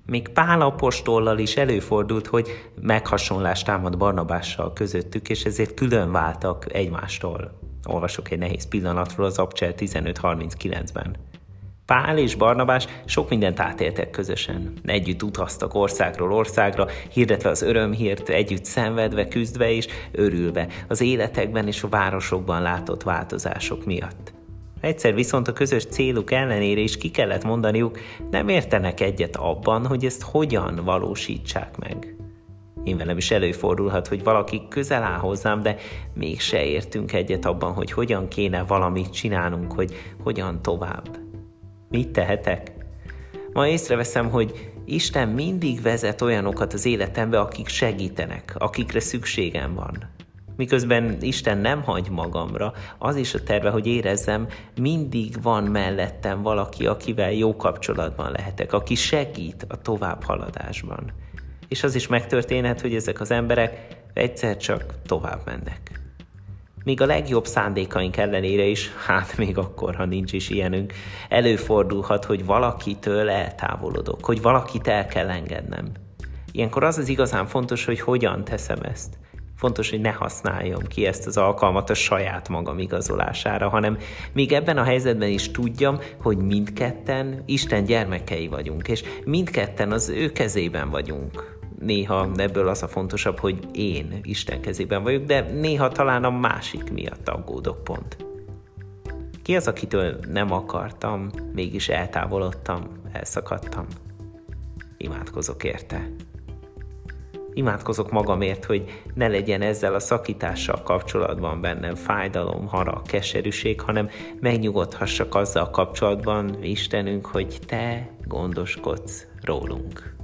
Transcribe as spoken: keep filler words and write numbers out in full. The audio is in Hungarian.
Még Pál apostollal is előfordult, hogy meghasonlást támad Barnabással közöttük, és ezért külön váltak egymástól. Olvasok egy nehéz pillanatról az Abcsel tizenöt harminckilencben. Pál és Barnabás sok mindent átéltek közösen. Együtt utaztak országról országra, hirdetve az örömhírt, együtt szenvedve, küzdve és örülve az életekben és a városokban látott változások miatt. Egyszer viszont a közös céluk ellenére is ki kellett mondaniuk, nem értenek egyet abban, hogy ezt hogyan valósítsák meg. Én velem is előfordulhat, hogy valaki közel áll hozzám, de mégse értünk egyet abban, hogy hogyan kéne valamit csinálnunk, hogy hogyan tovább. Mit tehetek? Ma észreveszem, hogy Isten mindig vezet olyanokat az életembe, akik segítenek, akikre szükségem van. Miközben Isten nem hagy magamra, az is a terve, hogy érezzem, mindig van mellettem valaki, akivel jó kapcsolatban lehetek, aki segít a továbbhaladásban. És az is megtörténhet, hogy ezek az emberek egyszer csak tovább mennek. Még a legjobb szándékaink ellenére is, hát még akkor, ha nincs is ilyenünk, előfordulhat, hogy valakitől eltávolodok, hogy valakit el kell engednem. Ilyenkor az az igazán fontos, hogy hogyan teszem ezt. Fontos, hogy ne használjam ki ezt az alkalmat a saját magam igazolására, hanem még ebben a helyzetben is tudjam, hogy mindketten Isten gyermekei vagyunk, és mindketten az ő kezében vagyunk. Néha ebből az a fontosabb, hogy én Isten kezében vagyok, de néha talán a másik miatt aggódok pont. Ki az, akitől nem akartam, mégis eltávolodtam, elszakadtam? Imádkozok érte. Imádkozok magamért, hogy ne legyen ezzel a szakítással kapcsolatban bennem fájdalom, harag, keserűség, hanem megnyugodhassak azzal kapcsolatban, Istenünk, hogy Te gondoskodsz rólunk.